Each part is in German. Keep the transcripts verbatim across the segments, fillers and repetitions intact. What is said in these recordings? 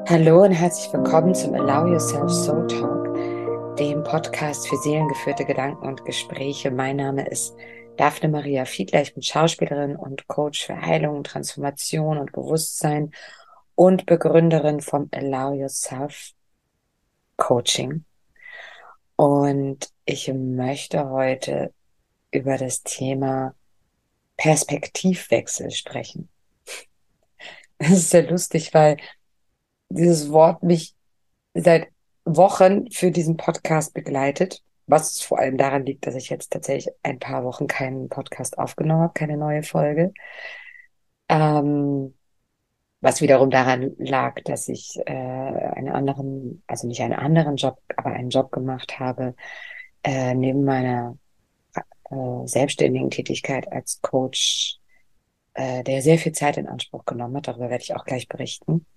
Hallo und herzlich willkommen zum Allow Yourself Soul Talk, dem Podcast für seelengeführte Gedanken und Gespräche. Mein Name ist Daphne Maria Fiedler. Ich bin Schauspielerin und Coach für Heilung, Transformation und Bewusstsein und Begründerin vom Allow Yourself Coaching. Und ich möchte heute über das Thema Perspektivwechsel sprechen. Das ist sehr lustig, weil dieses Wort mich seit Wochen für diesen Podcast begleitet, was vor allem daran liegt, dass ich jetzt tatsächlich ein paar Wochen keinen Podcast aufgenommen habe, keine neue Folge. Ähm, was wiederum daran lag, dass ich äh, einen anderen, also nicht einen anderen Job, aber einen Job gemacht habe, äh, neben meiner äh, selbstständigen Tätigkeit als Coach, äh, der sehr viel Zeit in Anspruch genommen hat. Darüber werde ich auch gleich berichten.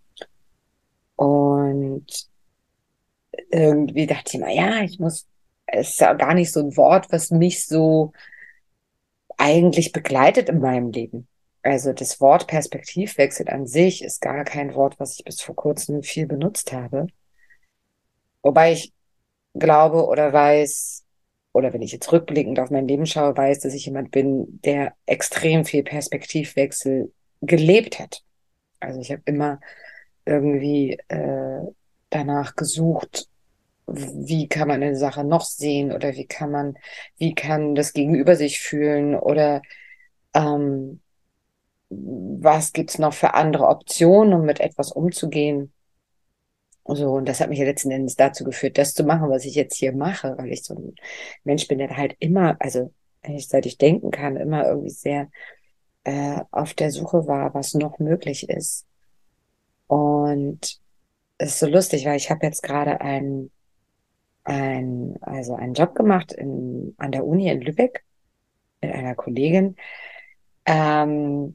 Und irgendwie dachte ich immer, ja, ich muss, es ist ja gar nicht so ein Wort, was mich so eigentlich begleitet in meinem Leben. Also das Wort Perspektivwechsel an sich ist gar kein Wort, was ich bis vor kurzem viel benutzt habe. Wobei ich glaube oder weiß, oder wenn ich jetzt rückblickend auf mein Leben schaue, weiß, dass ich jemand bin, der extrem viel Perspektivwechsel gelebt hat. Also ich habe immer irgendwie äh, danach gesucht, wie kann man eine Sache noch sehen oder wie kann man, wie kann das Gegenüber sich fühlen oder ähm, was gibt's noch für andere Optionen, um mit etwas umzugehen. So, und das hat mich ja letzten Endes dazu geführt, das zu machen, was ich jetzt hier mache, weil ich so ein Mensch bin, der halt immer, also ich, seit ich denken kann, immer irgendwie sehr äh, auf der Suche war, was noch möglich ist. Und es ist so lustig, weil ich habe jetzt gerade einen ein, also einen Job gemacht in, an der Uni in Lübeck mit einer Kollegin, ähm,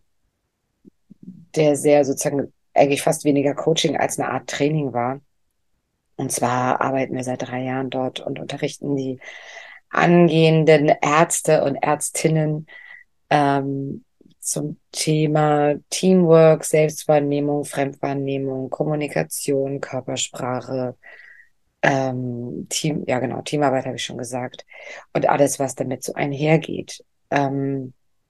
der sehr sozusagen eigentlich fast weniger Coaching als eine Art Training war. Und zwar arbeiten wir seit drei Jahren dort und unterrichten die angehenden Ärzte und Ärztinnen ähm, zum Thema Teamwork, Selbstwahrnehmung, Fremdwahrnehmung, Kommunikation, Körpersprache, ähm, Team, ja genau, Teamarbeit habe ich schon gesagt und alles, was damit so einhergeht. Ähm,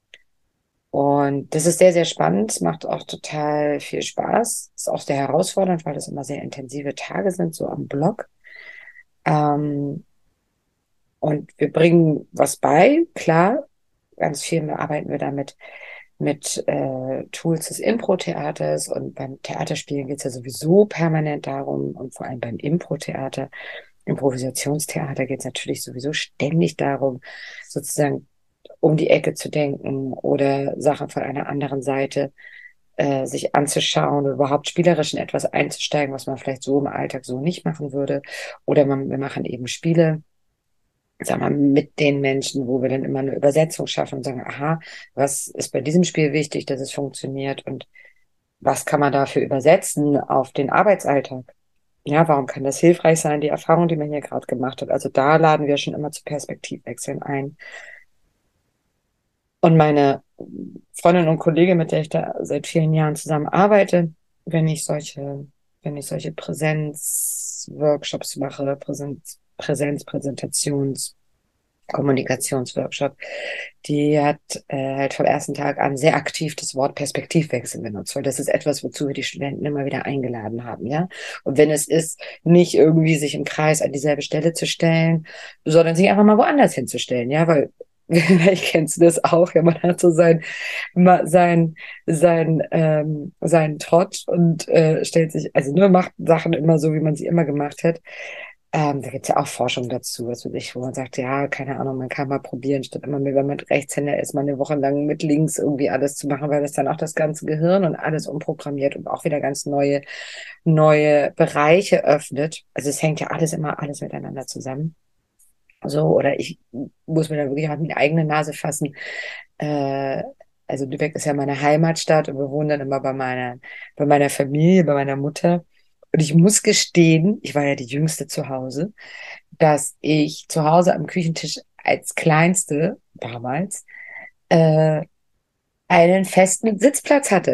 und das ist sehr, sehr spannend. Es macht auch total viel Spaß. Ist auch sehr herausfordernd, weil das immer sehr intensive Tage sind, so am Block. Ähm, und wir bringen was bei, klar. Ganz viel arbeiten wir damit mit äh, Tools des Impro-Theaters und beim Theaterspielen geht es ja sowieso permanent darum und vor allem beim Impro-Theater, Improvisationstheater geht es natürlich sowieso ständig darum, sozusagen um die Ecke zu denken oder Sachen von einer anderen Seite äh, sich anzuschauen oder überhaupt spielerisch in etwas einzusteigen, was man vielleicht so im Alltag so nicht machen würde. Oder man, wir machen eben Spiele, sag mal, mit den Menschen, wo wir dann immer eine Übersetzung schaffen und sagen, aha, was ist bei diesem Spiel wichtig, dass es funktioniert und was kann man dafür übersetzen auf den Arbeitsalltag? Ja, warum kann das hilfreich sein, die Erfahrung, die man hier gerade gemacht hat? Also da laden wir schon immer zu Perspektivwechseln ein. Und meine Freundin und Kollegin, mit der ich da seit vielen Jahren zusammen arbeite, wenn ich solche, wenn ich solche Präsenzworkshops mache, Präsenz, Präsenz, Präsentations, Kommunikationsworkshop, die hat äh, halt vom ersten Tag an sehr aktiv das Wort Perspektivwechsel benutzt, weil das ist etwas, wozu wir die Studenten immer wieder eingeladen haben, ja. Und wenn es ist, nicht irgendwie sich im Kreis an dieselbe Stelle zu stellen, sondern sich einfach mal woanders hinzustellen, ja, weil vielleicht kennst du das auch, ja, man hat so sein, sein, sein, ähm, seinen Trott und äh, stellt sich, also nur macht Sachen immer so, wie man sie immer gemacht hat. Ähm, da gibt's ja auch Forschung dazu, was weiß ich, wo man sagt, ja, keine Ahnung, man kann mal probieren, statt immer, wenn man mit Rechtshänder ist, mal eine Woche lang mit links irgendwie alles zu machen, weil das dann auch das ganze Gehirn und alles umprogrammiert und auch wieder ganz neue, neue Bereiche öffnet. Also es hängt ja alles immer alles miteinander zusammen. So, oder ich muss mir da wirklich auch an die eigene Nase fassen. Äh, also Lübeck ist ja meine Heimatstadt und wir wohnen dann immer bei meiner, bei meiner Familie, bei meiner Mutter. Und ich muss gestehen, ich war ja die Jüngste zu Hause, dass ich zu Hause am Küchentisch als Kleinste damals äh, einen festen Sitzplatz hatte.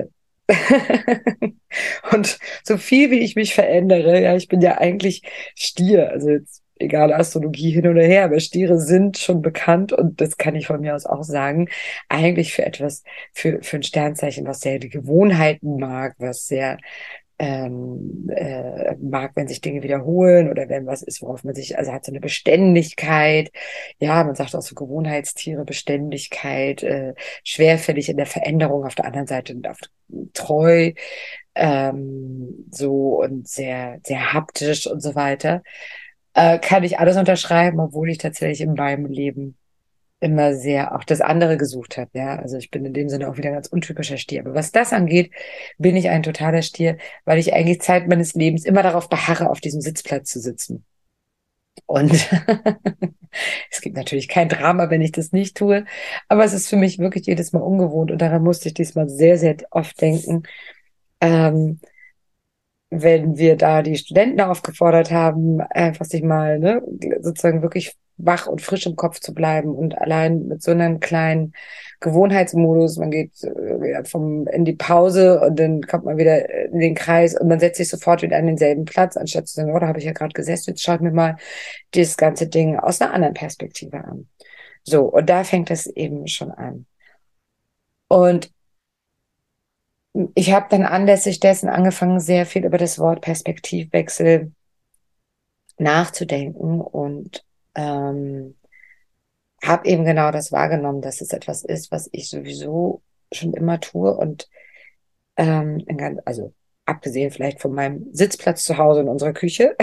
Und so viel wie ich mich verändere, ja, ich bin ja eigentlich Stier, also jetzt egal Astrologie hin oder her, aber Stiere sind schon bekannt und das kann ich von mir aus auch sagen, eigentlich für etwas, für, für ein Sternzeichen, was sehr die Gewohnheiten mag, was sehr ähm, äh, mag, wenn sich Dinge wiederholen oder wenn was ist, worauf man sich, also hat so eine Beständigkeit. Ja, man sagt auch so Gewohnheitstiere, Beständigkeit, äh, schwerfällig in der Veränderung, auf der anderen Seite auf, treu, ähm, so und sehr, sehr haptisch und so weiter. Äh, kann ich alles unterschreiben, obwohl ich tatsächlich in meinem Leben immer sehr auch das andere gesucht habe. Ja, also ich bin in dem Sinne auch wieder ein ganz untypischer Stier. Aber was das angeht, bin ich ein totaler Stier, weil ich eigentlich Zeit meines Lebens immer darauf beharre, auf diesem Sitzplatz zu sitzen. Und es gibt natürlich kein Drama, wenn ich das nicht tue, aber es ist für mich wirklich jedes Mal ungewohnt und daran musste ich diesmal sehr, sehr oft denken. Ähm, wenn wir da die Studenten aufgefordert haben, einfach sich mal, ne, sozusagen wirklich wach und frisch im Kopf zu bleiben und allein mit so einem kleinen Gewohnheitsmodus, man geht äh, vom in die Pause und dann kommt man wieder in den Kreis und man setzt sich sofort wieder an denselben Platz, anstatt zu sagen, oh, da habe ich ja gerade gesessen, jetzt schaut mir mal das ganze Ding aus einer anderen Perspektive an. So, und da fängt es eben schon an. Und ich habe dann anlässlich dessen angefangen, sehr viel über das Wort Perspektivwechsel nachzudenken und ähm, habe eben genau das wahrgenommen, dass es etwas ist, was ich sowieso schon immer tue und ähm, in ganz, also abgesehen vielleicht von meinem Sitzplatz zu Hause in unserer Küche.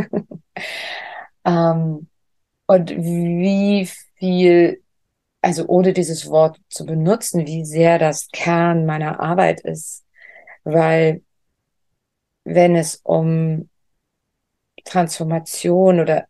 ähm, und wie viel, also ohne dieses Wort zu benutzen, wie sehr das Kern meiner Arbeit ist, weil wenn es um Transformation oder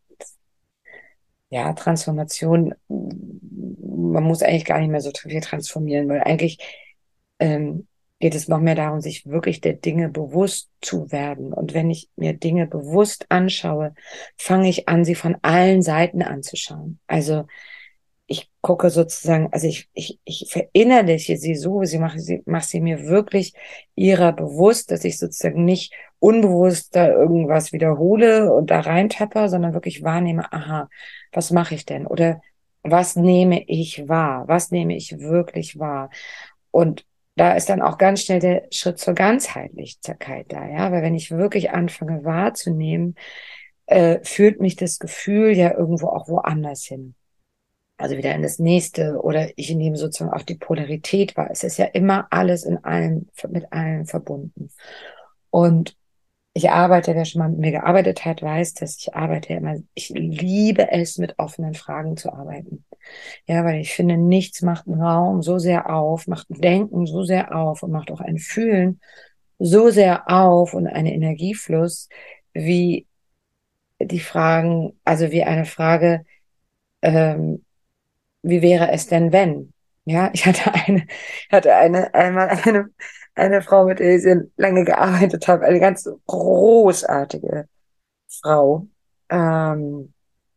ja, Transformation, man muss eigentlich gar nicht mehr so viel transformieren, weil eigentlich ähm, geht es noch mehr darum, sich wirklich der Dinge bewusst zu werden. Und wenn ich mir Dinge bewusst anschaue, fange ich an, sie von allen Seiten anzuschauen. Also ich gucke sozusagen, also ich, ich, ich verinnerliche sie so, sie mache sie, mache sie mir wirklich ihrer bewusst, dass ich sozusagen nicht unbewusst da irgendwas wiederhole und da reintapper, sondern wirklich wahrnehme, aha, was mache ich denn? Oder was nehme ich wahr? Was nehme ich wirklich wahr? Und da ist dann auch ganz schnell der Schritt zur Ganzheitlichkeit da, ja, weil wenn ich wirklich anfange wahrzunehmen, äh, führt mich das Gefühl ja irgendwo auch woanders hin. Also wieder in das nächste oder ich nehme sozusagen auch die Polarität wahr. Es ist ja immer alles in allem, mit allem verbunden. Und ich arbeite, wer schon mal mit mir gearbeitet hat, weiß, dass ich arbeite immer, ich liebe es, mit offenen Fragen zu arbeiten. Ja, weil ich finde, nichts macht einen Raum so sehr auf, macht ein Denken so sehr auf und macht auch ein Fühlen so sehr auf und einen Energiefluss wie die Fragen, also wie eine Frage, ähm, wie wäre es denn, wenn? Ja, ich hatte eine, hatte eine, einmal eine, eine Frau, mit der ich sehr lange gearbeitet habe, eine ganz großartige Frau, ähm,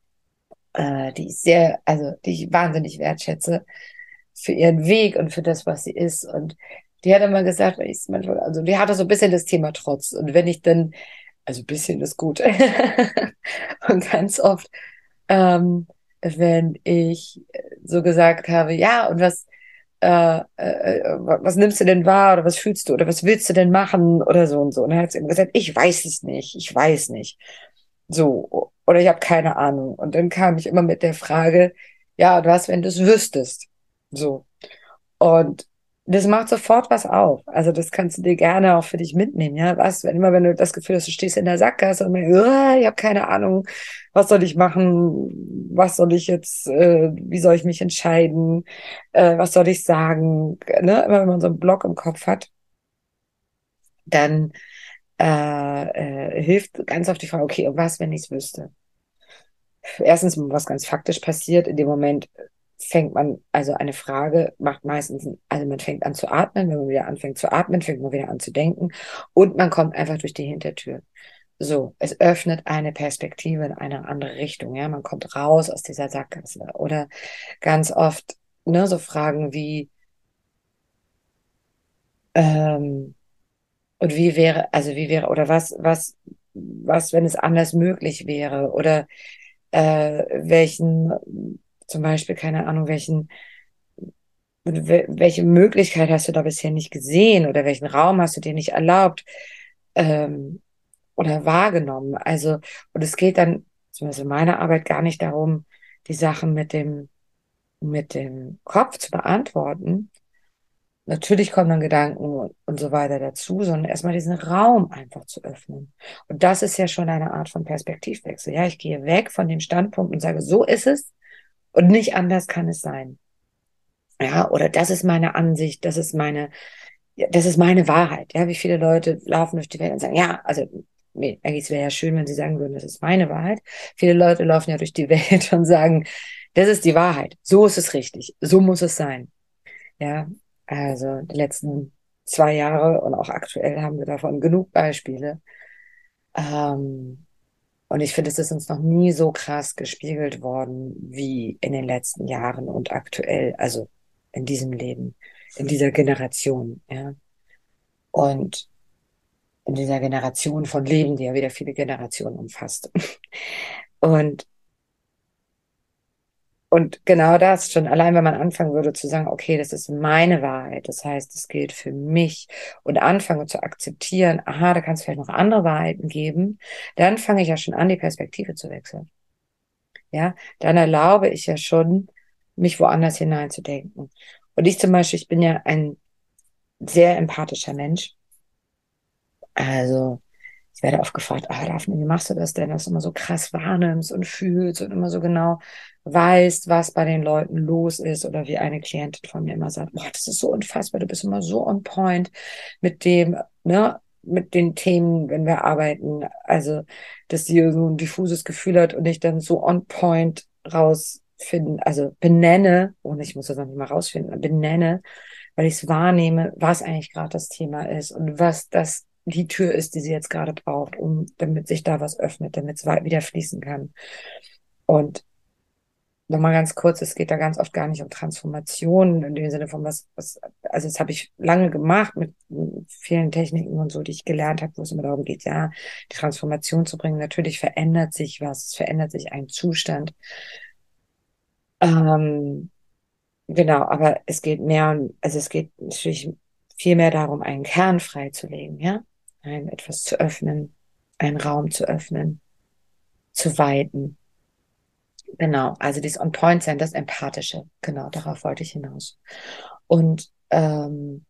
äh, die ich sehr, also die ich wahnsinnig wertschätze für ihren Weg und für das, was sie ist. Und die hat immer gesagt, wenn ich manchmal, also die hatte so ein bisschen das Thema Trotz. Und wenn ich dann, also ein bisschen ist gut. Und ganz oft, ähm, wenn ich so gesagt habe, ja, und was, äh, äh, was nimmst du denn wahr oder was fühlst du oder was willst du denn machen oder so und so. Und dann hat sie immer gesagt, ich weiß es nicht, ich weiß nicht. So, oder ich habe keine Ahnung. Und dann kam ich immer mit der Frage, ja, und was, wenn du es wüsstest? So. Und das macht sofort was auf. Also das kannst du dir gerne auch für dich mitnehmen. Ja, was, wenn immer, wenn du das Gefühl hast, du stehst in der Sackgasse und denkst, "Uah, ich habe keine Ahnung, was soll ich machen? Was soll ich jetzt, äh, wie soll ich mich entscheiden? Äh, was soll ich sagen? Ne? Immer wenn man so einen Block im Kopf hat, dann äh, äh, hilft ganz oft die Frage, okay, und was, wenn ich es wüsste? Erstens, was ganz faktisch passiert, in dem Moment fängt man, also eine Frage macht meistens, also man fängt an zu atmen, wenn man wieder anfängt zu atmen, fängt man wieder an zu denken und man kommt einfach durch die Hintertür. So, es öffnet eine Perspektive in eine andere Richtung, ja, man kommt raus aus dieser Sackgasse oder ganz oft, ne, so Fragen wie, ähm, Und wie wäre, also wie wäre, oder was, was, was, wenn es anders möglich wäre? Oder äh, welchen, zum Beispiel, keine Ahnung, welchen, wel- welche Möglichkeit hast du da bisher nicht gesehen oder welchen Raum hast du dir nicht erlaubt ähm, oder wahrgenommen? Also, und es geht dann, zumindest in meiner Arbeit, gar nicht darum, die Sachen mit dem, mit dem Kopf zu beantworten. Natürlich kommen dann Gedanken und, und so weiter dazu, sondern erstmal diesen Raum einfach zu öffnen. Und das ist ja schon eine Art von Perspektivwechsel. Ja, ich gehe weg von dem Standpunkt und sage, so ist es und nicht anders kann es sein. Ja, oder das ist meine Ansicht, das ist meine, ja, das ist meine Wahrheit. Ja, wie viele Leute laufen durch die Welt und sagen, ja, also, nee, eigentlich wäre ja schön, wenn sie sagen würden, das ist meine Wahrheit. Viele Leute laufen ja durch die Welt und sagen, das ist die Wahrheit. So ist es richtig. So muss es sein. Ja, also die letzten zwei Jahre und auch aktuell haben wir davon genug Beispiele. Ähm, und ich finde, es ist uns noch nie so krass gespiegelt worden wie in den letzten Jahren und aktuell, also in diesem Leben, in dieser Generation, ja. Und in dieser Generation von Leben, die ja wieder viele Generationen umfasst. Und Und genau das, schon allein wenn man anfangen würde zu sagen, okay, das ist meine Wahrheit, das heißt, es gilt für mich und anfange zu akzeptieren, aha, da kann es vielleicht noch andere Wahrheiten geben, dann fange ich ja schon an, die Perspektive zu wechseln. Ja, dann erlaube ich ja schon, mich woanders hineinzudenken. Und ich zum Beispiel, ich bin ja ein sehr empathischer Mensch. Also, ich werde oft gefragt, ah, Daphne, wie machst du das denn, dass du immer so krass wahrnimmst und fühlst und immer so genau weißt, was bei den Leuten los ist, oder wie eine Klientin von mir immer sagt, boah, das ist so unfassbar, du bist immer so on point mit dem, ne, mit den Themen, wenn wir arbeiten, also, dass sie so ein diffuses Gefühl hat und ich dann so on point rausfinden, also benenne, und ich muss das noch nicht mal rausfinden, benenne, weil ich es wahrnehme, was eigentlich gerade das Thema ist und was das die Tür ist, die sie jetzt gerade braucht, um, damit sich da was öffnet, damit es wieder fließen kann. Und nochmal ganz kurz, es geht da ganz oft gar nicht um Transformation in dem Sinne von was, was, also das habe ich lange gemacht mit vielen Techniken und so, die ich gelernt habe, wo es immer darum geht, ja, die Transformation zu bringen. Natürlich verändert sich was, es verändert sich ein Zustand. Ähm, genau, aber es geht mehr, um- also es geht natürlich viel mehr darum, einen Kern freizulegen, ja, ein etwas zu öffnen, einen Raum zu öffnen, zu weiten. Genau, also dieses On-Point-Sein, das Empathische, genau, darauf wollte ich hinaus. Und ähm,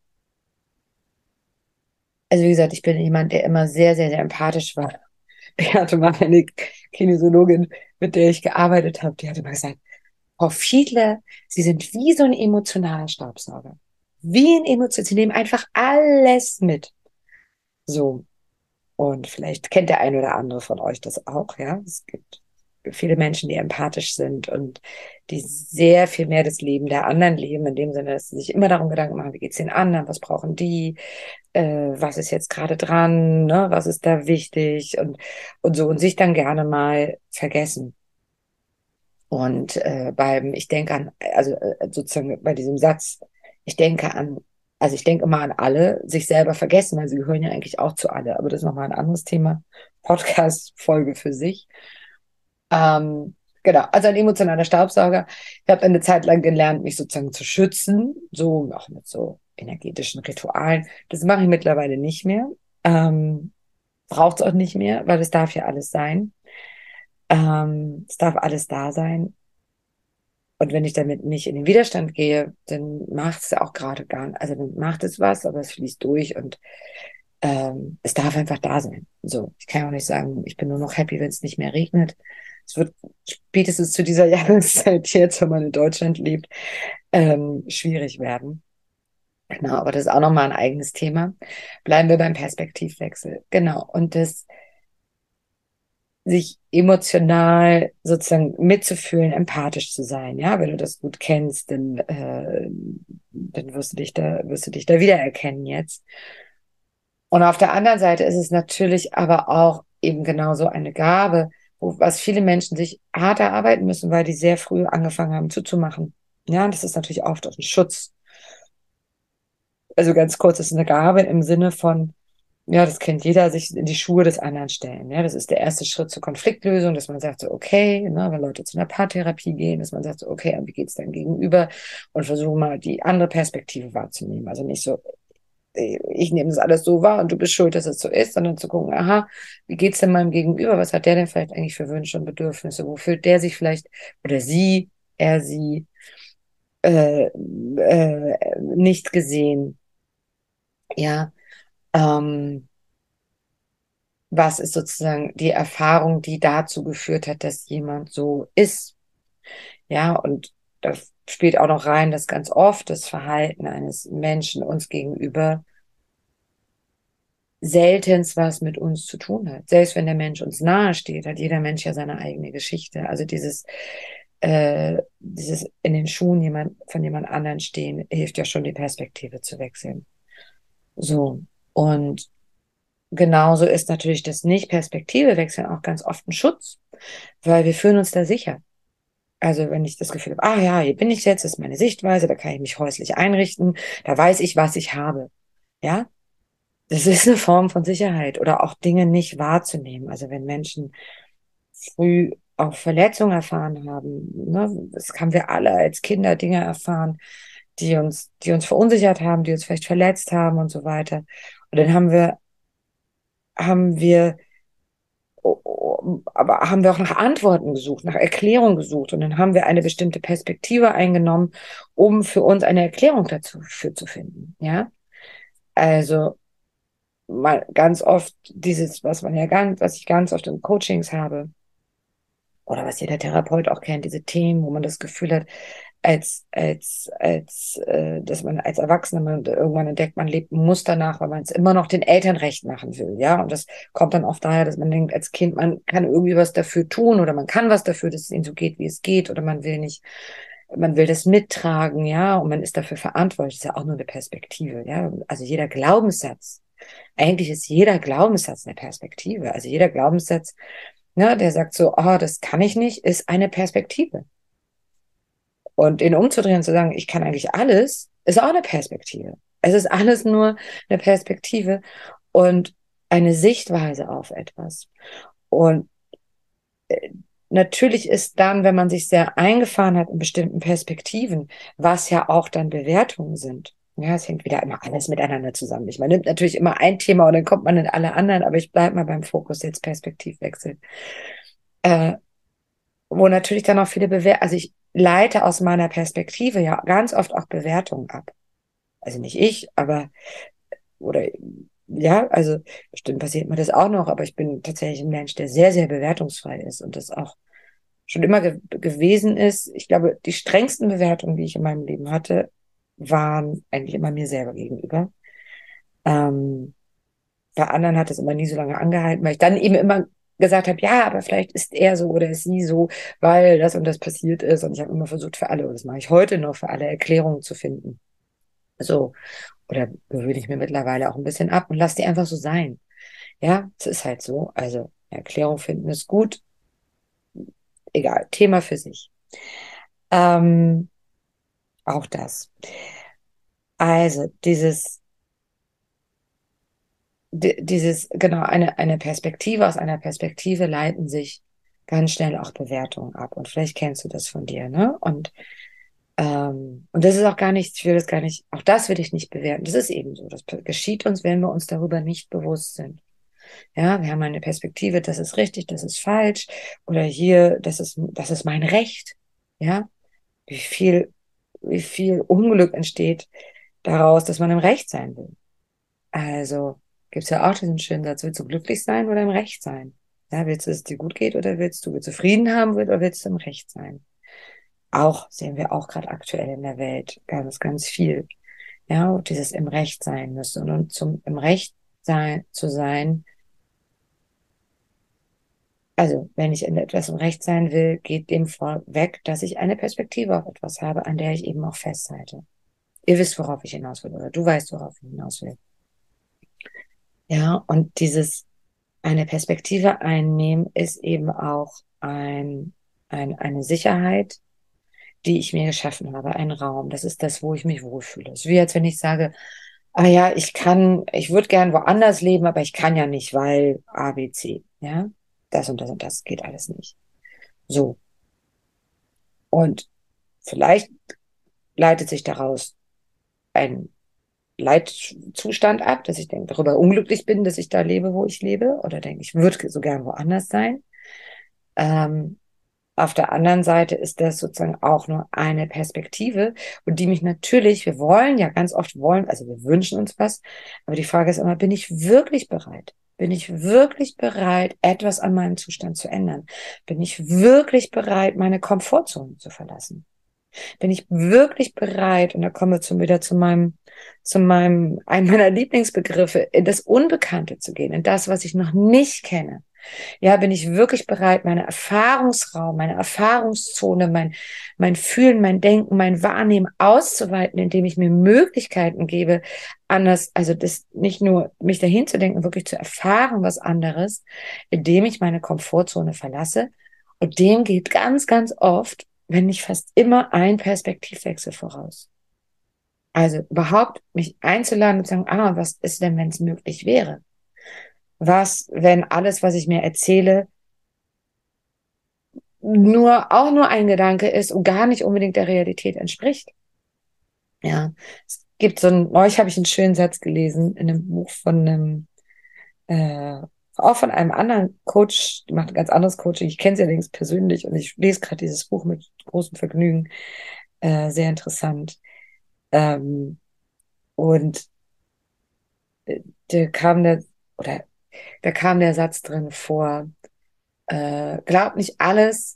also wie gesagt, ich bin jemand, der immer sehr, sehr, sehr empathisch war. Ich hatte mal eine Kinesiologin, mit der ich gearbeitet habe, die hatte mal gesagt, Frau Fiedler, Sie sind wie so ein emotionaler Staubsauger. Wie ein Emotion, Sie nehmen einfach alles mit. So. Und vielleicht kennt der ein oder andere von euch das auch, ja. Es gibt viele Menschen, die empathisch sind und die sehr viel mehr das Leben der anderen leben, in dem Sinne, dass sie sich immer darum Gedanken machen, wie geht's den anderen, was brauchen die, äh, was ist jetzt gerade dran, ne, was ist da wichtig und, und so und sich dann gerne mal vergessen. Und äh, beim, ich denke an, also äh, sozusagen bei diesem Satz, ich denke an, also ich denke immer an alle, sich selber vergessen, weil sie gehören ja eigentlich auch zu alle, aber das ist nochmal ein anderes Thema, Podcast-Folge für sich. Ähm, genau, also ein emotionaler Staubsauger. Ich habe eine Zeit lang gelernt, mich sozusagen zu schützen, so auch mit so energetischen Ritualen. Das mache ich mittlerweile nicht mehr. Ähm, Braucht es auch nicht mehr, weil es darf ja alles sein. Ähm, es darf alles da sein. Und wenn ich damit nicht in den Widerstand gehe, dann macht es auch gerade gar nicht. Also dann macht es was, aber es fließt durch und ähm, es darf einfach da sein. So, ich kann ja auch nicht sagen, ich bin nur noch happy, wenn es nicht mehr regnet. Es wird spätestens zu dieser Jahreszeit jetzt, wenn man in Deutschland lebt, ähm, schwierig werden. Genau, aber das ist auch nochmal ein eigenes Thema. Bleiben wir beim Perspektivwechsel. Genau. Und das sich emotional sozusagen mitzufühlen, empathisch zu sein. Ja, wenn du das gut kennst, dann, äh, dann wirst du dich da, wirst du dich da wiedererkennen jetzt. Und auf der anderen Seite ist es natürlich aber auch eben genauso eine Gabe, wo, was viele Menschen sich hart erarbeiten müssen, weil die sehr früh angefangen haben zuzumachen. Ja, und das ist natürlich oft auch ein Schutz. Also ganz kurz, es ist eine Gabe im Sinne von, ja, das kennt jeder, sich in die Schuhe des anderen stellen. Ja, das ist der erste Schritt zur Konfliktlösung, dass man sagt so, okay, ne, wenn Leute zu einer Paartherapie gehen, dass man sagt so, okay, und wie geht's dann gegenüber? Und versuchen mal die andere Perspektive wahrzunehmen. Also nicht so, ich nehme das alles so wahr und du bist schuld, dass es so ist, sondern zu gucken, aha, wie geht's denn meinem Gegenüber? Was hat der denn vielleicht eigentlich für Wünsche und Bedürfnisse? Wo fühlt der sich vielleicht, oder sie, er, sie, äh, äh, nicht gesehen? Ja, ähm, was ist sozusagen die Erfahrung, die dazu geführt hat, dass jemand so ist? Ja, und da spielt auch noch rein, dass ganz oft das Verhalten eines Menschen uns gegenüber seltenst was mit uns zu tun hat. Selbst wenn der Mensch uns nahe steht, hat jeder Mensch ja seine eigene Geschichte. Also dieses, äh, dieses in den Schuhen jemand, von jemand anderen stehen, hilft ja schon, die Perspektive zu wechseln. So. Und genauso ist natürlich das Nicht-Perspektive wechseln auch ganz oft ein Schutz, weil wir fühlen uns da sicher. Also wenn ich das Gefühl habe, ah ja, hier bin ich jetzt, das ist meine Sichtweise, da kann ich mich häuslich einrichten, da weiß ich, was ich habe. Ja, das ist eine Form von Sicherheit oder auch Dinge nicht wahrzunehmen. Also wenn Menschen früh auch Verletzungen erfahren haben, ne, das haben wir alle als Kinder Dinge erfahren, die uns, die uns verunsichert haben, die uns vielleicht verletzt haben und so weiter. Und dann haben wir, haben wir oh, oh, aber haben wir auch nach Antworten gesucht, nach Erklärung gesucht und dann haben wir eine bestimmte Perspektive eingenommen, um für uns eine Erklärung dazu für zu finden. Ja, also mal ganz oft dieses, was man ja ganz, was ich ganz oft in Coachings habe oder was jeder Therapeut auch kennt, diese Themen, wo man das Gefühl hat, als, als, als, äh, dass man als Erwachsener, man irgendwann entdeckt, man lebt ein Muster nach, weil man es immer noch den Eltern recht machen will, ja. Und das kommt dann oft daher, dass man denkt, als Kind, man kann irgendwie was dafür tun oder man kann was dafür, dass es ihnen so geht, wie es geht, oder man will nicht, man will das mittragen, ja, und man ist dafür verantwortlich. Das ist ja auch nur eine Perspektive, ja. Also jeder Glaubenssatz, eigentlich ist jeder Glaubenssatz eine Perspektive. Also jeder Glaubenssatz, ne, der sagt so, oh, das kann ich nicht, ist eine Perspektive. Und den umzudrehen und zu sagen, ich kann eigentlich alles, ist auch eine Perspektive. Es ist alles nur eine Perspektive und eine Sichtweise auf etwas. Und äh, natürlich ist dann, wenn man sich sehr eingefahren hat in bestimmten Perspektiven, was ja auch dann Bewertungen sind. Ja, es hängt wieder immer alles miteinander zusammen. Ich, man nimmt natürlich immer ein Thema und dann kommt man in alle anderen, aber ich bleibe mal beim Fokus jetzt Perspektivwechsel. Äh, wo natürlich dann auch viele Bewertungen, also ich leite aus meiner Perspektive ja ganz oft auch Bewertungen ab. Also nicht ich, aber, oder, ja, also bestimmt passiert mir das auch noch, aber ich bin tatsächlich ein Mensch, der sehr, sehr bewertungsfrei ist und das auch schon immer ge gewesen ist. Ich glaube, die strengsten Bewertungen, die ich in meinem Leben hatte, waren eigentlich immer mir selber gegenüber. Ähm, Bei anderen hat es immer nie so lange angehalten, weil ich dann eben immer gesagt habe, ja, aber vielleicht ist er so oder ist sie so, weil das und das passiert ist. Und ich habe immer versucht, für alle, und das mache ich heute noch, für alle Erklärungen zu finden. So, oder gewöhne ich mir mittlerweile auch ein bisschen ab und lasse die einfach so sein. Ja, es ist halt so. Also Erklärung finden ist gut. Egal, Thema für sich. Ähm, auch das. Also dieses di- dieses, genau, eine, eine Perspektive, aus einer Perspektive leiten sich ganz schnell auch Bewertungen ab. Und vielleicht kennst du das von dir, ne? Und, ähm, und das ist auch gar nicht, ich will das gar nicht, auch das will ich nicht bewerten. Das ist eben so. Das geschieht uns, wenn wir uns darüber nicht bewusst sind. Ja, wir haben eine Perspektive, das ist richtig, das ist falsch. Oder hier, das ist, das ist mein Recht. Ja, wie viel, wie viel Unglück entsteht daraus, dass man im Recht sein will. Also gibt's ja auch diesen schönen Satz, willst du glücklich sein oder im Recht sein? Ja, willst du, dass es dir gut geht oder willst du, willst du Frieden haben oder willst du im Recht sein? Auch sehen wir auch gerade aktuell in der Welt ganz, ganz viel. Ja, und dieses im Recht sein müssen. Und zum im Recht sein, zu sein, also wenn ich in etwas im Recht sein will, geht dem vorweg, dass ich eine Perspektive auf etwas habe, an der ich eben auch festhalte. Ihr wisst, worauf ich hinaus will, oder du weißt, worauf ich hinaus will. Ja, und dieses eine Perspektive einnehmen ist eben auch ein, ein, eine Sicherheit, die ich mir geschaffen habe, ein Raum. Das ist das, wo ich mich wohlfühle. Es ist wie als wenn ich sage, ah ja, ich kann, ich würde gern woanders leben, aber ich kann ja nicht, weil A, B, C, ja, das und das und das geht alles nicht. So. Und vielleicht leitet sich daraus ein Leitzustand ab, dass ich denke, darüber unglücklich bin, dass ich da lebe, wo ich lebe, oder denke, ich würde so gern woanders sein. Ähm, Auf der anderen Seite ist das sozusagen auch nur eine Perspektive und die mich natürlich, wir wollen ja ganz oft wollen, also wir wünschen uns was, aber die Frage ist immer, bin ich wirklich bereit? Bin ich wirklich bereit, etwas an meinem Zustand zu ändern? Bin ich wirklich bereit, meine Komfortzone zu verlassen? Bin ich wirklich bereit, und da kommen wir zum, wieder zu meinem, zu meinem, einem meiner Lieblingsbegriffe, in das Unbekannte zu gehen, in das, was ich noch nicht kenne? Ja, bin ich wirklich bereit, meine Erfahrungsraum, meine Erfahrungszone, mein, mein Fühlen, mein Denken, mein Wahrnehmen auszuweiten, indem ich mir Möglichkeiten gebe, anders, also das nicht nur mich dahin zu denken, wirklich zu erfahren, was anderes, indem ich meine Komfortzone verlasse. Und dem geht ganz, ganz oft, wenn nicht fast immer, ein Perspektivwechsel voraus. Also überhaupt mich einzuladen und zu sagen, ah, was ist denn, wenn es möglich wäre? Was, wenn alles, was ich mir erzähle, nur, auch nur ein Gedanke ist und gar nicht unbedingt der Realität entspricht. Ja, es gibt so ein, neulich habe ich einen schönen Satz gelesen in einem Buch von einem, äh, auch von einem anderen Coach, die macht ein ganz anderes Coaching. Ich kenne sie allerdings persönlich und ich lese gerade dieses Buch mit großem Vergnügen. Äh, sehr interessant. Ähm, und äh, da kam der, oder da kam der Satz drin vor, äh, glaub nicht alles,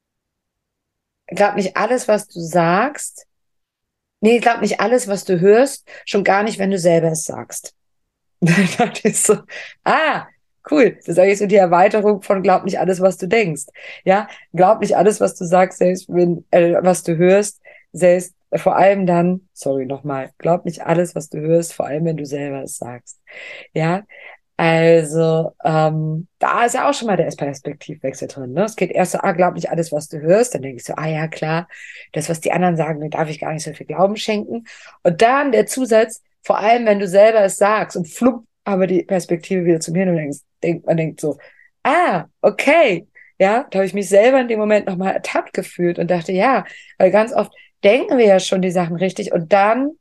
glaub nicht alles, was du sagst. Nee, ich glaube nicht alles, was du hörst, schon gar nicht, wenn du selber es sagst. Dann dachte ich so, ah, cool. Das ist eigentlich so die Erweiterung von glaub nicht alles, was du denkst. Ja, glaub nicht alles, was du sagst, selbst wenn, äh, was du hörst, selbst, äh, vor allem dann, sorry nochmal, glaub nicht alles, was du hörst, vor allem wenn du selber es sagst. Ja, also, ähm, da ist ja auch schon mal der Perspektivwechsel drin. Ne? Es geht erst so, ah, glaub nicht alles, was du hörst. Dann denke ich so, ah ja, klar, das, was die anderen sagen, dem darf ich gar nicht so viel Glauben schenken. Und dann der Zusatz, vor allem, wenn du selber es sagst und flupp, aber die Perspektive wieder zu mir und denkst, denkt, man denkt so, ah, okay. Ja, da habe ich mich selber in dem Moment nochmal ertappt gefühlt und dachte, ja, weil ganz oft denken wir ja schon die Sachen richtig und dann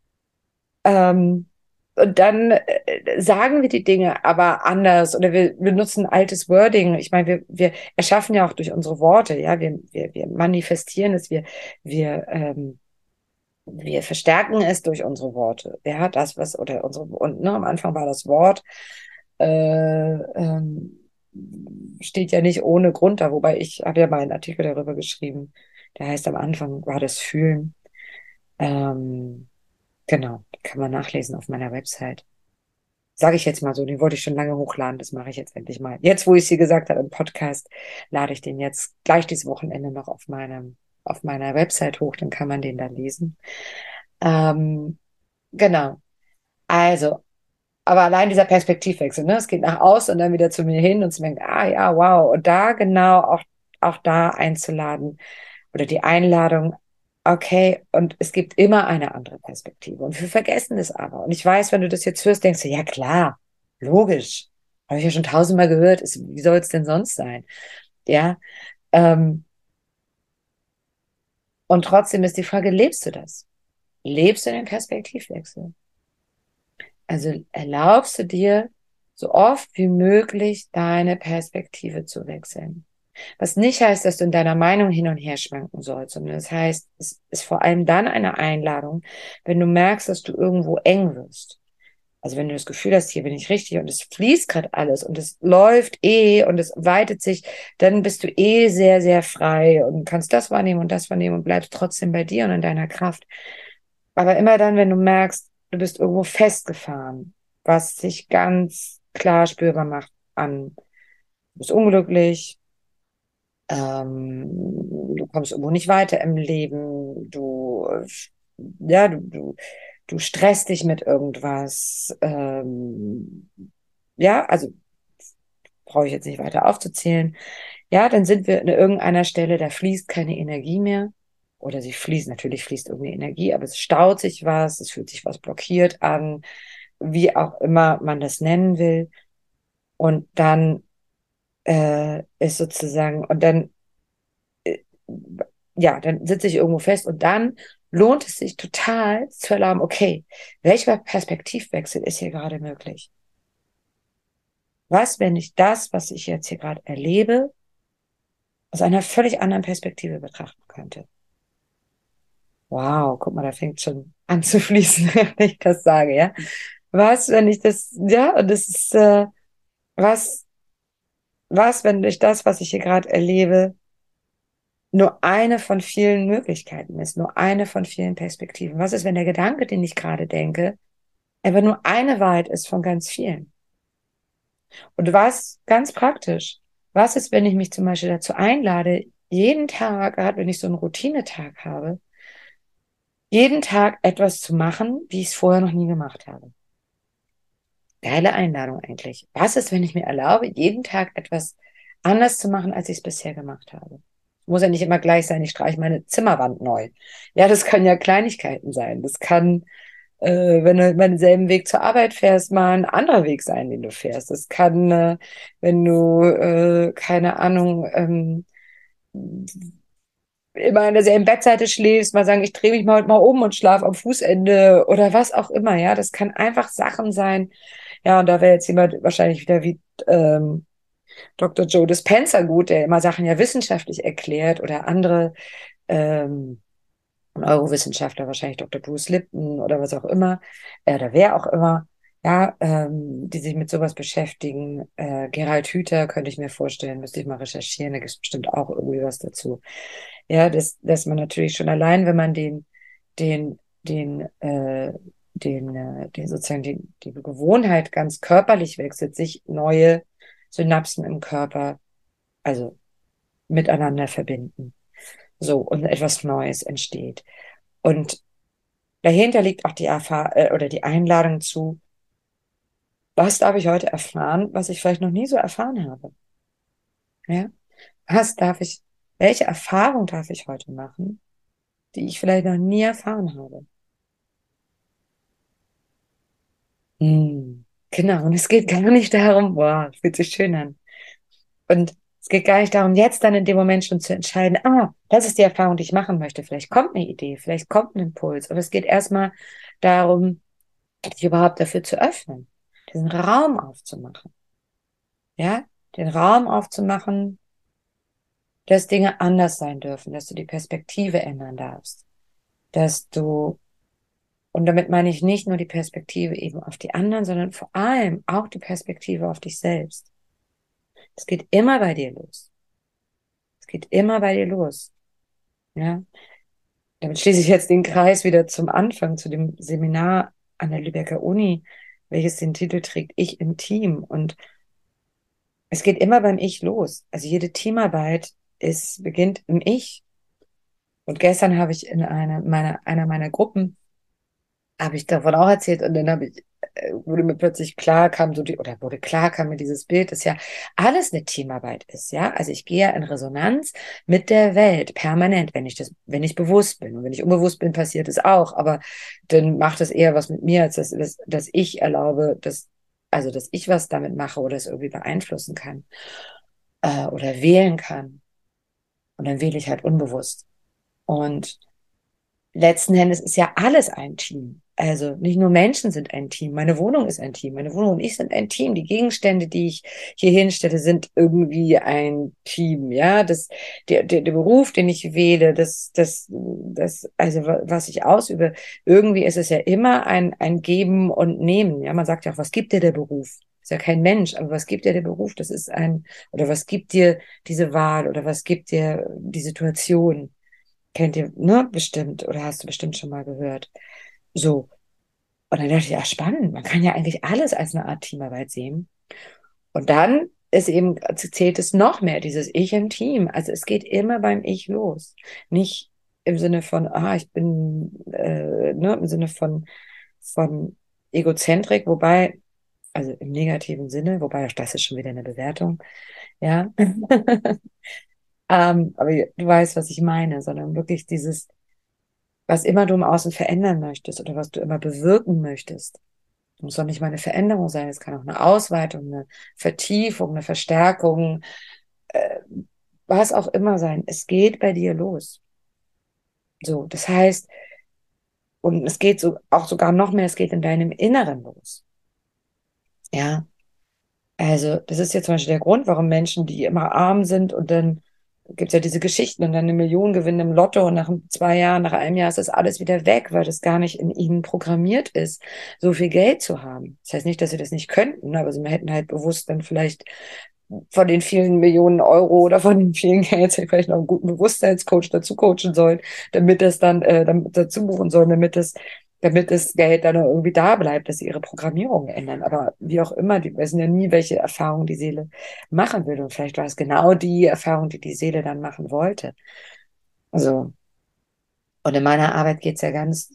ähm, und dann äh, sagen wir die Dinge aber anders oder wir, wir nutzen altes Wording. Ich meine, wir, wir erschaffen ja auch durch unsere Worte, ja, wir, wir, wir manifestieren es, wir, wir, ähm, wir verstärken es durch unsere Worte. Ja, das, was, oder unsere, und ne, am Anfang war das Wort, äh, ähm, steht ja nicht ohne Grund da, wobei ich habe ja mal einen Artikel darüber geschrieben. Der heißt, am Anfang war das Fühlen. Ähm, genau, kann man nachlesen auf meiner Website. Sage ich jetzt mal so, den wollte ich schon lange hochladen, das mache ich jetzt endlich mal. Jetzt, wo ich es hier gesagt habe im Podcast, lade ich den jetzt gleich dieses Wochenende noch auf meinem, auf meiner Website hoch, dann kann man den da lesen. Ähm, genau. Also, aber allein dieser Perspektivwechsel, ne? Es geht nach außen und dann wieder zu mir hin und zu denken, ah ja, wow. Und da genau auch, auch da einzuladen oder die Einladung, okay, und es gibt immer eine andere Perspektive. Und wir vergessen es aber. Und ich weiß, wenn du das jetzt hörst, denkst du, ja klar, logisch. Habe ich ja schon tausendmal gehört. Ist, wie soll es denn sonst sein? Ja. Ähm, und trotzdem ist die Frage, lebst du das? Lebst du den Perspektivwechsel? Also erlaubst du dir, so oft wie möglich deine Perspektive zu wechseln. Was nicht heißt, dass du in deiner Meinung hin und her schwanken sollst, sondern das heißt, es ist vor allem dann eine Einladung, wenn du merkst, dass du irgendwo eng wirst. Also wenn du das Gefühl hast, hier bin ich richtig und es fließt gerade alles und es läuft eh und es weitet sich, dann bist du eh sehr, sehr frei und kannst das wahrnehmen und das wahrnehmen und bleibst trotzdem bei dir und in deiner Kraft. Aber immer dann, wenn du merkst, du bist irgendwo festgefahren, was sich ganz klar spürbar macht an, du bist unglücklich, ähm, du kommst irgendwo nicht weiter im Leben, du, ja, du, du, du stresst dich mit irgendwas, ähm, ja, also brauche ich jetzt nicht weiter aufzuzählen. Ja, dann sind wir an irgendeiner Stelle, da fließt keine Energie mehr. oder sie fließt, natürlich fließt irgendeine Energie, aber es staut sich was, es fühlt sich was blockiert an, wie auch immer man das nennen will. Und dann äh, ist sozusagen, und dann, äh, ja, dann sitze ich irgendwo fest und dann lohnt es sich total zu erlauben, okay, welcher Perspektivwechsel ist hier gerade möglich? Was, wenn ich das, was ich jetzt hier gerade erlebe, aus einer völlig anderen Perspektive betrachten könnte? Wow, guck mal, da fängt schon an zu fließen, wenn ich das sage, ja. Was, wenn ich das, ja, und das ist, äh, was, was, wenn ich das, was ich hier gerade erlebe, nur eine von vielen Möglichkeiten ist, nur eine von vielen Perspektiven? Was ist, wenn der Gedanke, den ich gerade denke, aber nur eine Wahrheit ist von ganz vielen? Und was, ganz praktisch, was ist, wenn ich mich zum Beispiel dazu einlade, jeden Tag, gerade wenn ich so einen Routinetag habe, jeden Tag etwas zu machen, wie ich es vorher noch nie gemacht habe? Geile Einladung eigentlich. Was ist, wenn ich mir erlaube, jeden Tag etwas anders zu machen, als ich es bisher gemacht habe? Muss ja nicht immer gleich sein, ich streiche meine Zimmerwand neu. Ja, das können ja Kleinigkeiten sein. Das kann, äh, wenn du immer denselben Weg zur Arbeit fährst, mal ein anderer Weg sein, den du fährst. Das kann, äh, wenn du, äh, keine Ahnung, ähm, immer an derselben Bettseite schläfst, mal sagen, ich drehe mich mal heute mal um und schlafe am Fußende oder was auch immer, ja. Das kann einfach Sachen sein. Ja, und da wäre jetzt jemand wahrscheinlich wieder wie ähm, Doktor Joe Dispenza gut, der immer Sachen ja wissenschaftlich erklärt oder andere ähm, Neurowissenschaftler, wahrscheinlich Doktor Bruce Lipton oder was auch immer, äh, oder wer auch immer, ja, ähm, die sich mit sowas beschäftigen. Äh, Gerald Hüther könnte ich mir vorstellen, müsste ich mal recherchieren, da gibt es bestimmt auch irgendwie was dazu. Ja, dass, dass man natürlich schon allein, wenn man den, den, den, äh, den, äh, den sozusagen die, die Gewohnheit ganz körperlich wechselt, sich neue Synapsen im Körper, also miteinander verbinden. So, und etwas Neues entsteht. Und dahinter liegt auch die Erfahrung äh, oder die Einladung zu, was darf ich heute erfahren, was ich vielleicht noch nie so erfahren habe? Ja? Was darf ich, welche Erfahrung darf ich heute machen, die ich vielleicht noch nie erfahren habe? Hm. Genau, und es geht gar nicht darum, boah, fühlt sich schön an. Und es geht gar nicht darum, jetzt dann in dem Moment schon zu entscheiden, ah, das ist die Erfahrung, die ich machen möchte. Vielleicht kommt eine Idee, vielleicht kommt ein Impuls. Aber es geht erstmal darum, sich überhaupt dafür zu öffnen, diesen Raum aufzumachen. Ja, den Raum aufzumachen, dass Dinge anders sein dürfen, dass du die Perspektive ändern darfst, dass du, und damit meine ich nicht nur die Perspektive eben auf die anderen, sondern vor allem auch die Perspektive auf dich selbst. Es geht immer bei dir los. Es geht immer bei dir los. Ja, damit schließe ich jetzt den Kreis wieder zum Anfang, zu dem Seminar an der Lübecker Uni, welches den Titel trägt, Ich im Team. Und es geht immer beim Ich los. Also jede Teamarbeit ist, beginnt im Ich. Und gestern habe ich in einer meiner, einer meiner Gruppen, habe ich davon auch erzählt und dann habe ich, äh, wurde mir plötzlich klar, kam so die, oder wurde klar, kam mir dieses Bild, dass ja alles eine Teamarbeit ist, ja. Also ich gehe ja in Resonanz mit der Welt permanent, wenn ich das, wenn ich bewusst bin. Und wenn ich unbewusst bin, passiert es auch. Aber dann macht es eher was mit mir, als dass, dass, dass ich erlaube, dass, also dass ich was damit mache oder es irgendwie beeinflussen kann, äh, oder wählen kann. Und dann wähle ich halt unbewusst. Und letzten Endes ist ja alles ein Team. Also nicht nur Menschen sind ein Team. Meine Wohnung ist ein Team. Meine Wohnung und ich sind ein Team. Die Gegenstände, die ich hier hinstelle, sind irgendwie ein Team. Ja, das, der, der, der Beruf, den ich wähle, das, das, das, also was ich ausübe, irgendwie ist es ja immer ein, ein Geben und Nehmen. Ja, man sagt ja auch, was gibt dir der Beruf? Ist ja kein Mensch, aber was gibt dir der Beruf? Das ist ein, oder was gibt dir diese Wahl oder was gibt dir die Situation? Kennt ihr, ne, bestimmt, oder hast du bestimmt schon mal gehört. So. Und dann dachte ich, ja, spannend. Man kann ja eigentlich alles als eine Art Teamarbeit sehen. Und dann ist eben, zählt es noch mehr, dieses Ich im Team. Also es geht immer beim Ich los. Nicht im Sinne von, ah, ich bin, äh, ne, im Sinne von, von Egozentrik, wobei, also im negativen Sinne, wobei auch das ist schon wieder eine Bewertung, ja. Ähm, aber du weißt, was ich meine, sondern wirklich dieses, was immer du im Außen verändern möchtest oder was du immer bewirken möchtest. Muss doch nicht mal eine Veränderung sein, es kann auch eine Ausweitung, eine Vertiefung, eine Verstärkung, äh, was auch immer sein. Es geht bei dir los. So, das heißt, und es geht so auch sogar noch mehr, es geht in deinem Inneren los. Ja, also das ist jetzt zum Beispiel der Grund, warum Menschen, die immer arm sind und dann gibt es ja diese Geschichten und dann eine Million gewinnen im Lotto und nach zwei Jahren, nach einem Jahr ist das alles wieder weg, weil das gar nicht in ihnen programmiert ist, so viel Geld zu haben. Das heißt nicht, dass sie das nicht könnten, aber sie hätten halt bewusst dann vielleicht von den vielen Millionen Euro oder von den vielen Geld vielleicht noch einen guten Bewusstseinscoach dazu coachen sollen, damit das dann äh, damit dazu buchen sollen, damit das damit das Geld dann irgendwie da bleibt, dass sie ihre Programmierung ändern. Aber wie auch immer, die wissen ja nie, welche Erfahrung die Seele machen will. Und vielleicht war es genau die Erfahrung, die die Seele dann machen wollte. Also, und in meiner Arbeit geht es ja ganz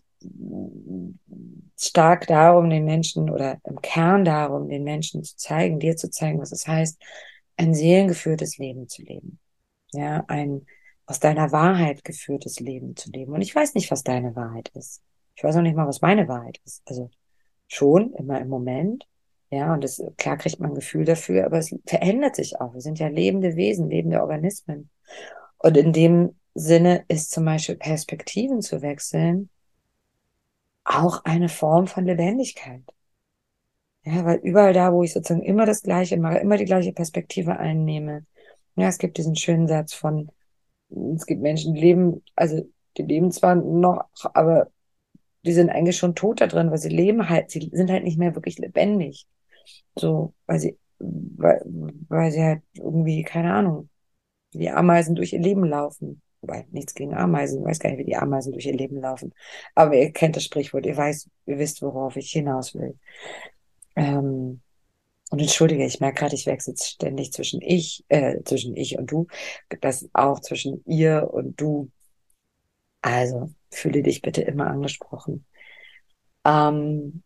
stark darum, den Menschen oder im Kern darum, den Menschen zu zeigen, dir zu zeigen, was es heißt, ein seelengeführtes Leben zu leben. Ja, ein aus deiner Wahrheit geführtes Leben zu leben. Und ich weiß nicht, was deine Wahrheit ist. Ich weiß auch nicht mal, was meine Wahrheit ist. Also schon, immer im Moment. Ja, und das, klar kriegt man ein Gefühl dafür, aber es verändert sich auch. Wir sind ja lebende Wesen, lebende Organismen. Und in dem Sinne ist zum Beispiel Perspektiven zu wechseln auch eine Form von Lebendigkeit. Ja, weil überall da, wo ich sozusagen immer das Gleiche mache, immer die gleiche Perspektive einnehme. Ja, es gibt diesen schönen Satz von, es gibt Menschen, die leben, also die leben zwar noch, aber die sind eigentlich schon tot da drin, weil sie leben halt, sie sind halt nicht mehr wirklich lebendig. So, weil sie, weil, weil sie halt irgendwie, keine Ahnung, wie die Ameisen durch ihr Leben laufen. Wobei, nichts gegen Ameisen, ich weiß gar nicht, wie die Ameisen durch ihr Leben laufen. Aber ihr kennt das Sprichwort, ihr weißt, ihr wisst, worauf ich hinaus will. Ähm, und entschuldige, ich merke gerade, ich wechsle ständig zwischen ich, äh, zwischen ich und du. Das auch zwischen ihr und du. Also, fühle dich bitte immer angesprochen. Ähm,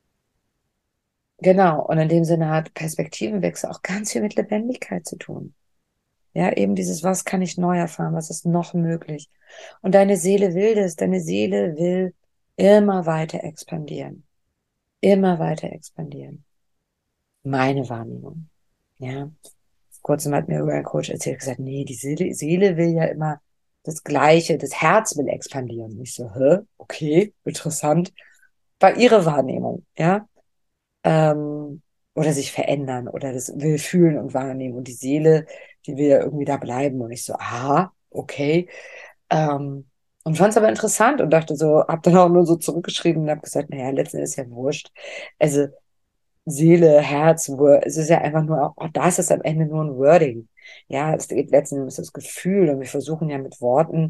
genau. Und in dem Sinne hat Perspektivenwechsel auch ganz viel mit Lebendigkeit zu tun. Ja, eben dieses, was kann ich neu erfahren? Was ist noch möglich? Und deine Seele will das. Deine Seele will immer weiter expandieren. Immer weiter expandieren. Meine Wahrnehmung. Ja. Vor kurzem hat mir ein Coach erzählt, gesagt, nee, die Seele, Seele will ja immer das Gleiche. Das Herz will expandieren. Und ich so, hä? Okay, interessant. War ihre Wahrnehmung, ja. Ähm, oder sich verändern oder das will fühlen und wahrnehmen. Und die Seele, die will ja irgendwie da bleiben. Und ich so, aha, okay. Ähm, und fand es aber interessant und dachte so, hab dann auch nur so zurückgeschrieben und hab gesagt, naja, letzten Endes ist ja wurscht. Also Seele, Herz, Word, es ist ja einfach nur, auch das ist am Ende nur ein Wording. Ja, es geht letzten Endes das Gefühl und wir versuchen ja mit Worten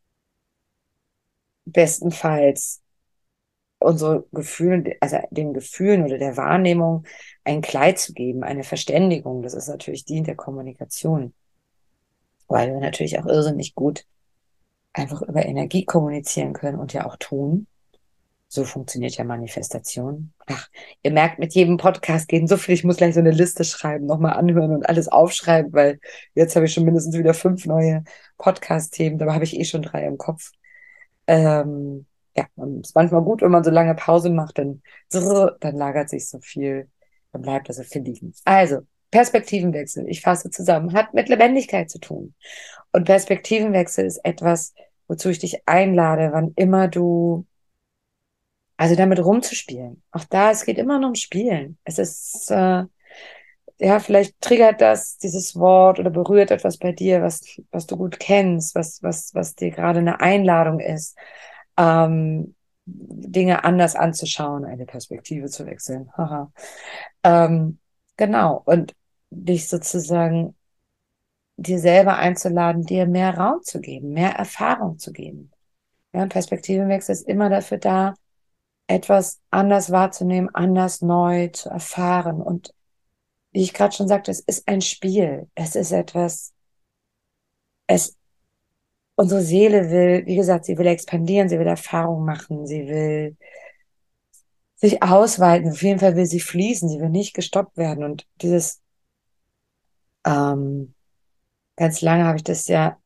bestenfalls unsere Gefühle, also den Gefühlen oder der Wahrnehmung ein Kleid zu geben, eine Verständigung. Das ist natürlich dient der Kommunikation, weil wir natürlich auch irrsinnig gut einfach über Energie kommunizieren können und ja auch tun. So funktioniert ja Manifestation. Ach, ihr merkt, mit jedem Podcast gehen so viel. Ich muss gleich so eine Liste schreiben, nochmal anhören und alles aufschreiben, weil jetzt habe ich schon mindestens wieder fünf neue Podcast-Themen. Dabei habe ich eh schon drei im Kopf. Ähm, ja, und es ist manchmal gut, wenn man so lange Pause macht, dann, dann lagert sich so viel, dann bleibt da so viel liegen. Also, Perspektivenwechsel, ich fasse zusammen, hat mit Lebendigkeit zu tun. Und Perspektivenwechsel ist etwas, wozu ich dich einlade, wann immer du, also damit rumzuspielen. Auch da, es geht immer nur um Spielen. Es ist, äh, ja, vielleicht triggert das dieses Wort oder berührt etwas bei dir, was, was du gut kennst, was, was, was dir gerade eine Einladung ist, ähm, Dinge anders anzuschauen, eine Perspektive zu wechseln. Haha. Ähm, genau. Und dich sozusagen dir selber einzuladen, dir mehr Raum zu geben, mehr Erfahrung zu geben. Ja, Perspektivenwechsel ist immer dafür da, etwas anders wahrzunehmen, anders neu zu erfahren. Und wie ich gerade schon sagte, es ist ein Spiel. Es ist etwas, es, unsere Seele will, wie gesagt, sie will expandieren, sie will Erfahrung machen, sie will sich ausweiten. Auf jeden Fall will sie fließen, sie will nicht gestoppt werden. Und dieses, ähm, ganz lange habe ich das ja,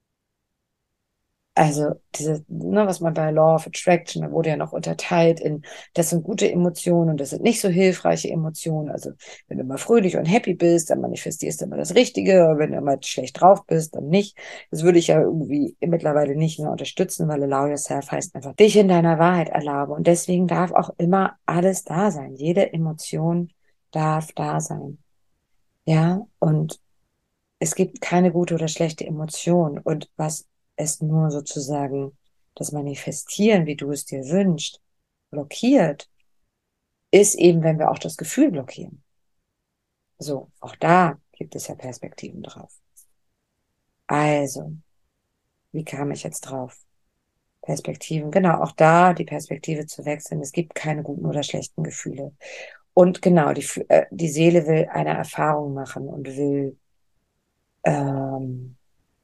also diese, ne, was man bei Law of Attraction, da wurde ja noch unterteilt in, das sind gute Emotionen und das sind nicht so hilfreiche Emotionen. Also wenn du immer fröhlich und happy bist, dann manifestierst du immer das Richtige, aber wenn du immer schlecht drauf bist, dann nicht. Das würde ich ja irgendwie mittlerweile nicht mehr unterstützen, weil Allow Yourself heißt einfach, dich in deiner Wahrheit erlaube. Und deswegen darf auch immer alles da sein. Jede Emotion darf da sein. Ja, und es gibt keine gute oder schlechte Emotion. Und was es nur sozusagen das Manifestieren, wie du es dir wünschst, blockiert, ist eben, wenn wir auch das Gefühl blockieren. So, auch da gibt es ja Perspektiven drauf. Also, wie kam ich jetzt drauf? Perspektiven, genau, auch da die Perspektive zu wechseln. Es gibt keine guten oder schlechten Gefühle. Und genau, die, äh, die Seele will eine Erfahrung machen und will, ähm,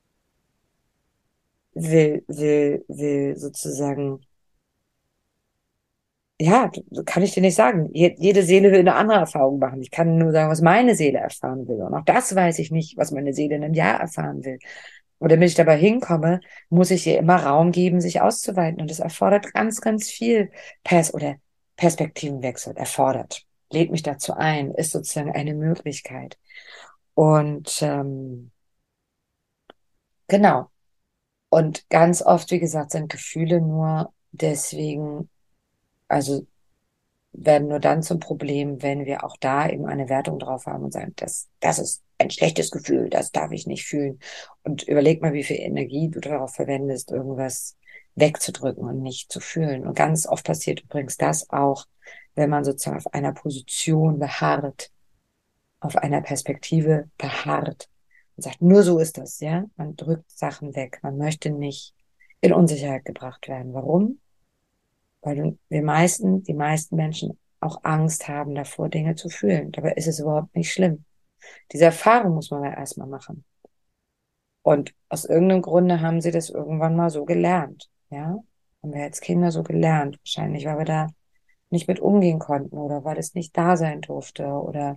will, will, will sozusagen, ja, so kann ich dir nicht sagen. Je, jede Seele will eine andere Erfahrung machen. Ich kann nur sagen, was meine Seele erfahren will. Und auch das weiß ich nicht, was meine Seele in einem Jahr erfahren will. Und damit ich dabei hinkomme, muss ich ihr immer Raum geben, sich auszuweiten. Und das erfordert ganz, ganz viel Pers oder Perspektivenwechsel. Erfordert. Lädt mich dazu ein, ist sozusagen eine Möglichkeit. Und ähm, genau. Und ganz oft, wie gesagt, sind Gefühle nur deswegen, also werden nur dann zum Problem, wenn wir auch da eben eine Wertung drauf haben und sagen, das, das ist ein schlechtes Gefühl, das darf ich nicht fühlen. Und überleg mal, wie viel Energie du darauf verwendest, irgendwas wegzudrücken und nicht zu fühlen. Und ganz oft passiert übrigens das auch, wenn man sozusagen auf einer Position beharrt, auf einer Perspektive beharrt und sagt, nur so ist das, ja. Man drückt Sachen weg. Man möchte nicht in Unsicherheit gebracht werden. Warum? Weil wir meisten, die meisten Menschen auch Angst haben davor, Dinge zu fühlen. Dabei ist es überhaupt nicht schlimm. Diese Erfahrung muss man ja erstmal machen. Und aus irgendeinem Grunde haben sie das irgendwann mal so gelernt. Ja, haben wir als Kinder so gelernt. Wahrscheinlich, weil wir da nicht mit umgehen konnten oder weil es nicht da sein durfte oder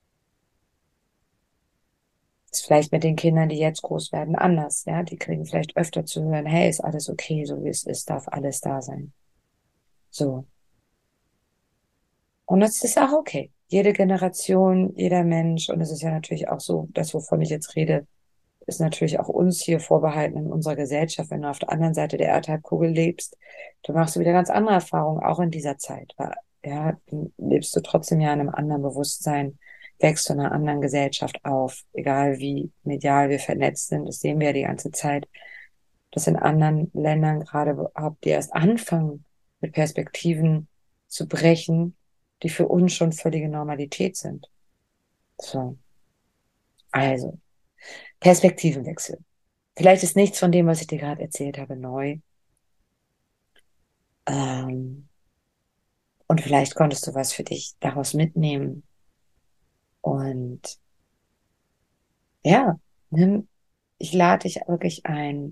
ist vielleicht mit den Kindern, die jetzt groß werden, anders. Ja, die kriegen vielleicht öfter zu hören, hey, ist alles okay, so wie es ist, darf alles da sein. So. Und das ist auch okay. Jede Generation, jeder Mensch, und es ist ja natürlich auch so, das, wovon ich jetzt rede, ist natürlich auch uns hier vorbehalten in unserer Gesellschaft. Wenn du auf der anderen Seite der Erdhalbkugel lebst, dann machst du wieder ganz andere Erfahrungen, auch in dieser Zeit. Weil, ja, dann lebst du trotzdem ja in einem anderen Bewusstsein, wächst du in einer anderen Gesellschaft auf, egal wie medial wir vernetzt sind. Das sehen wir ja die ganze Zeit, dass in anderen Ländern gerade überhaupt die erst anfangen, mit Perspektiven zu brechen, die für uns schon völlige Normalität sind. So, also Perspektivenwechsel. Vielleicht ist nichts von dem, was ich dir gerade erzählt habe, neu. Ähm, und vielleicht konntest du was für dich daraus mitnehmen. Und ja, nimm, ich lade dich wirklich ein.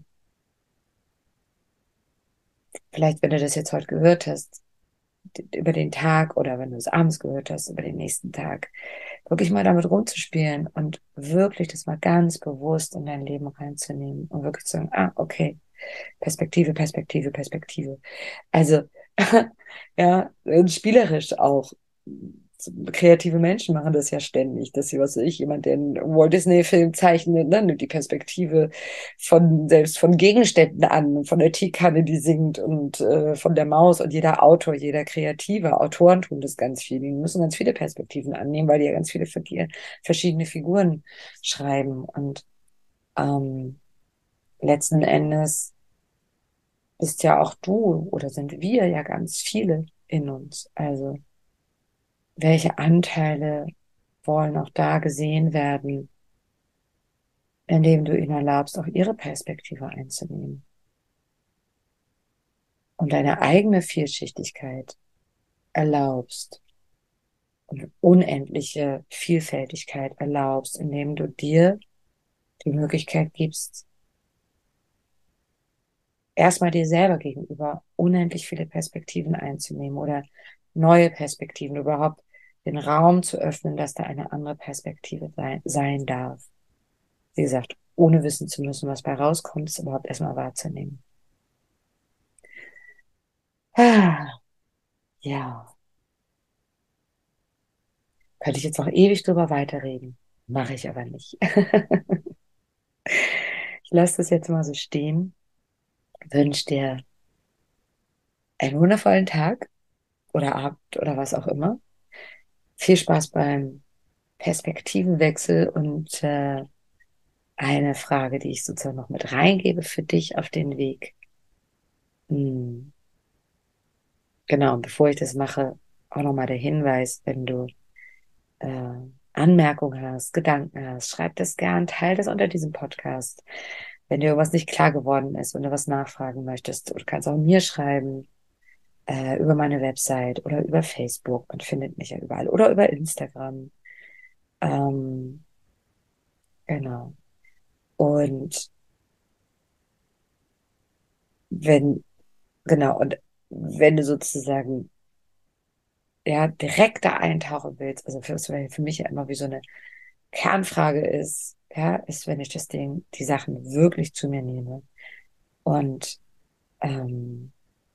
Vielleicht, wenn du das jetzt heute gehört hast, über den Tag oder wenn du es abends gehört hast, über den nächsten Tag, wirklich mal damit rumzuspielen und wirklich das mal ganz bewusst in dein Leben reinzunehmen und wirklich zu sagen, ah, okay, Perspektive, Perspektive, Perspektive. Also, ja, spielerisch auch. Kreative Menschen machen das ja ständig, dass sie, was weiß ich, jemand, der einen Walt Disney-Film zeichnet, ne, nimmt die Perspektive von, selbst von Gegenständen an, von der Teekanne, die singt und äh, von der Maus und jeder Autor, jeder kreative Autoren tun das ganz viel. Die müssen ganz viele Perspektiven annehmen, weil die ja ganz viele verschiedene Figuren schreiben und ähm, letzten Endes bist ja auch du oder sind wir ja ganz viele in uns. Also welche Anteile wollen auch da gesehen werden, indem du ihnen erlaubst, auch ihre Perspektive einzunehmen und deine eigene Vielschichtigkeit erlaubst und unendliche Vielfältigkeit erlaubst, indem du dir die Möglichkeit gibst, erstmal dir selber gegenüber unendlich viele Perspektiven einzunehmen oder neue Perspektiven, überhaupt den Raum zu öffnen, dass da eine andere Perspektive sein, sein darf. Wie gesagt, ohne wissen zu müssen, was bei rauskommt, es überhaupt erstmal wahrzunehmen. Ah, ja, könnte ich jetzt noch ewig drüber weiterreden. Mache ich aber nicht. Ich lasse das jetzt mal so stehen. Wünsche dir einen wundervollen Tag oder Abend oder was auch immer. Viel Spaß beim Perspektivenwechsel und äh, eine Frage, die ich sozusagen noch mit reingebe für dich auf den Weg. Hm. Genau, und bevor ich das mache, auch nochmal der Hinweis, wenn du äh, Anmerkungen hast, Gedanken hast, schreib das gern, teile das unter diesem Podcast. Wenn dir irgendwas nicht klar geworden ist und du was nachfragen möchtest, du kannst auch mir schreiben, äh, über meine Website oder über Facebook, man findet mich ja überall, oder über Instagram. Ähm, genau. Und wenn, genau, und wenn du sozusagen ja direkt da eintauchen willst, also für, für mich ja immer wie so eine Kernfrage ist, ja, ist, wenn ich das Ding, die Sachen wirklich zu mir nehme. Und, ähm,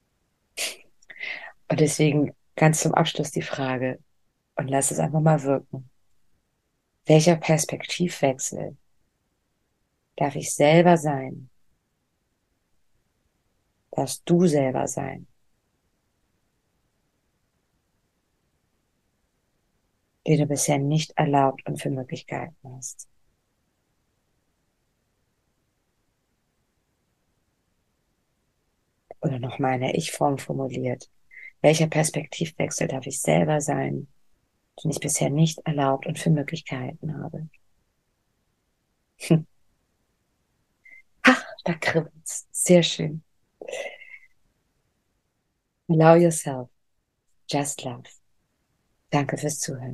und deswegen ganz zum Abschluss die Frage, und lass es einfach mal wirken. Welcher Perspektivwechsel darf ich selber sein? Darfst du selber sein, den du bisher nicht erlaubt und für möglich gehalten hast? Oder nochmal in der Ich-Form formuliert. Welcher Perspektivwechsel darf ich selber sein, den ich bisher nicht erlaubt und für möglich gehalten habe? Hm. Ach, da kribbelt's. Sehr schön. Allow yourself. Just love. Danke fürs Zuhören.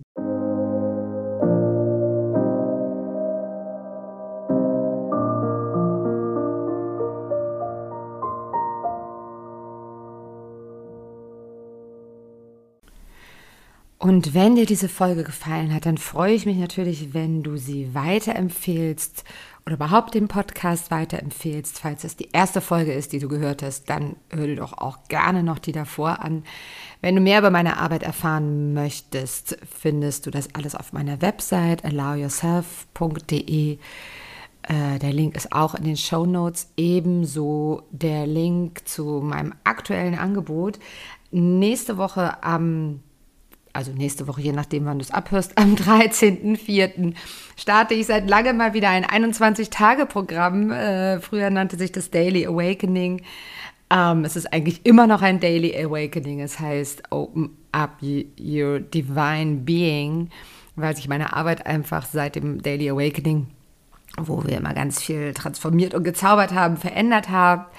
Und wenn dir diese Folge gefallen hat, dann freue ich mich natürlich, wenn du sie weiterempfehlst oder überhaupt den Podcast weiterempfehlst. Falls es die erste Folge ist, die du gehört hast, dann hör dir doch auch gerne noch die davor an. Wenn du mehr über meine Arbeit erfahren möchtest, findest du das alles auf meiner Website allow yourself punkt de. Äh, der Link ist auch in den Shownotes. Ebenso der Link zu meinem aktuellen Angebot. Nächste Woche am also nächste Woche, je nachdem, wann du es abhörst, am dreizehnten vierten starte ich seit langem mal wieder ein einundzwanzig-Tage-Programm. Äh, früher nannte sich das Daily Awakening. Ähm, es ist eigentlich immer noch ein Daily Awakening. Es heißt Open Up Your Divine Being, weil sich meine Arbeit einfach seit dem Daily Awakening, wo wir immer ganz viel transformiert und gezaubert haben, verändert hat.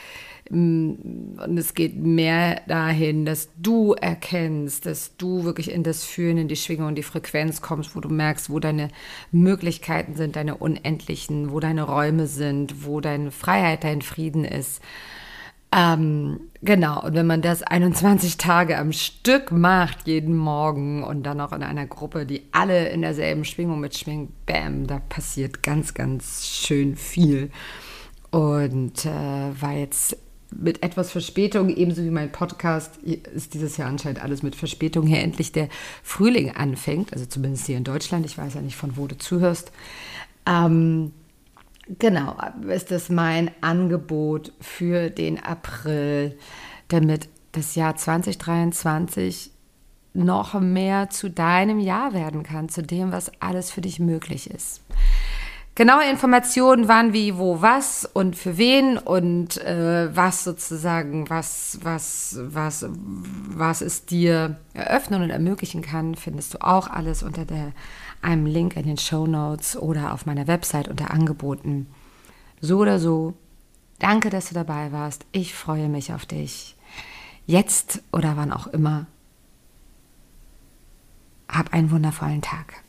Und es geht mehr dahin, dass du erkennst, dass du wirklich in das Fühlen, in die Schwingung, in die Frequenz kommst, wo du merkst, wo deine Möglichkeiten sind, deine unendlichen, wo deine Räume sind, wo deine Freiheit, dein Frieden ist. Ähm, genau, und wenn man das einundzwanzig Tage am Stück macht, jeden Morgen und dann auch in einer Gruppe, die alle in derselben Schwingung mitschwingen, bam, da passiert ganz, ganz schön viel. Und äh, war jetzt mit etwas Verspätung, ebenso wie mein Podcast, ist dieses Jahr anscheinend alles mit Verspätung hier endlich der Frühling anfängt, also zumindest hier in Deutschland, ich weiß ja nicht, von wo du zuhörst. Ähm, genau, ist das mein Angebot für den April, damit das Jahr zwanzig dreiundzwanzig noch mehr zu deinem Jahr werden kann, zu dem, was alles für dich möglich ist. Genaue Informationen, wann, wie, wo, was und für wen und äh, was sozusagen, was, was, was, was es dir eröffnen und ermöglichen kann, findest du auch alles unter der, einem Link in den Shownotes oder auf meiner Website unter Angeboten. So oder so, danke, dass du dabei warst. Ich freue mich auf dich. Jetzt oder wann auch immer. Hab einen wundervollen Tag.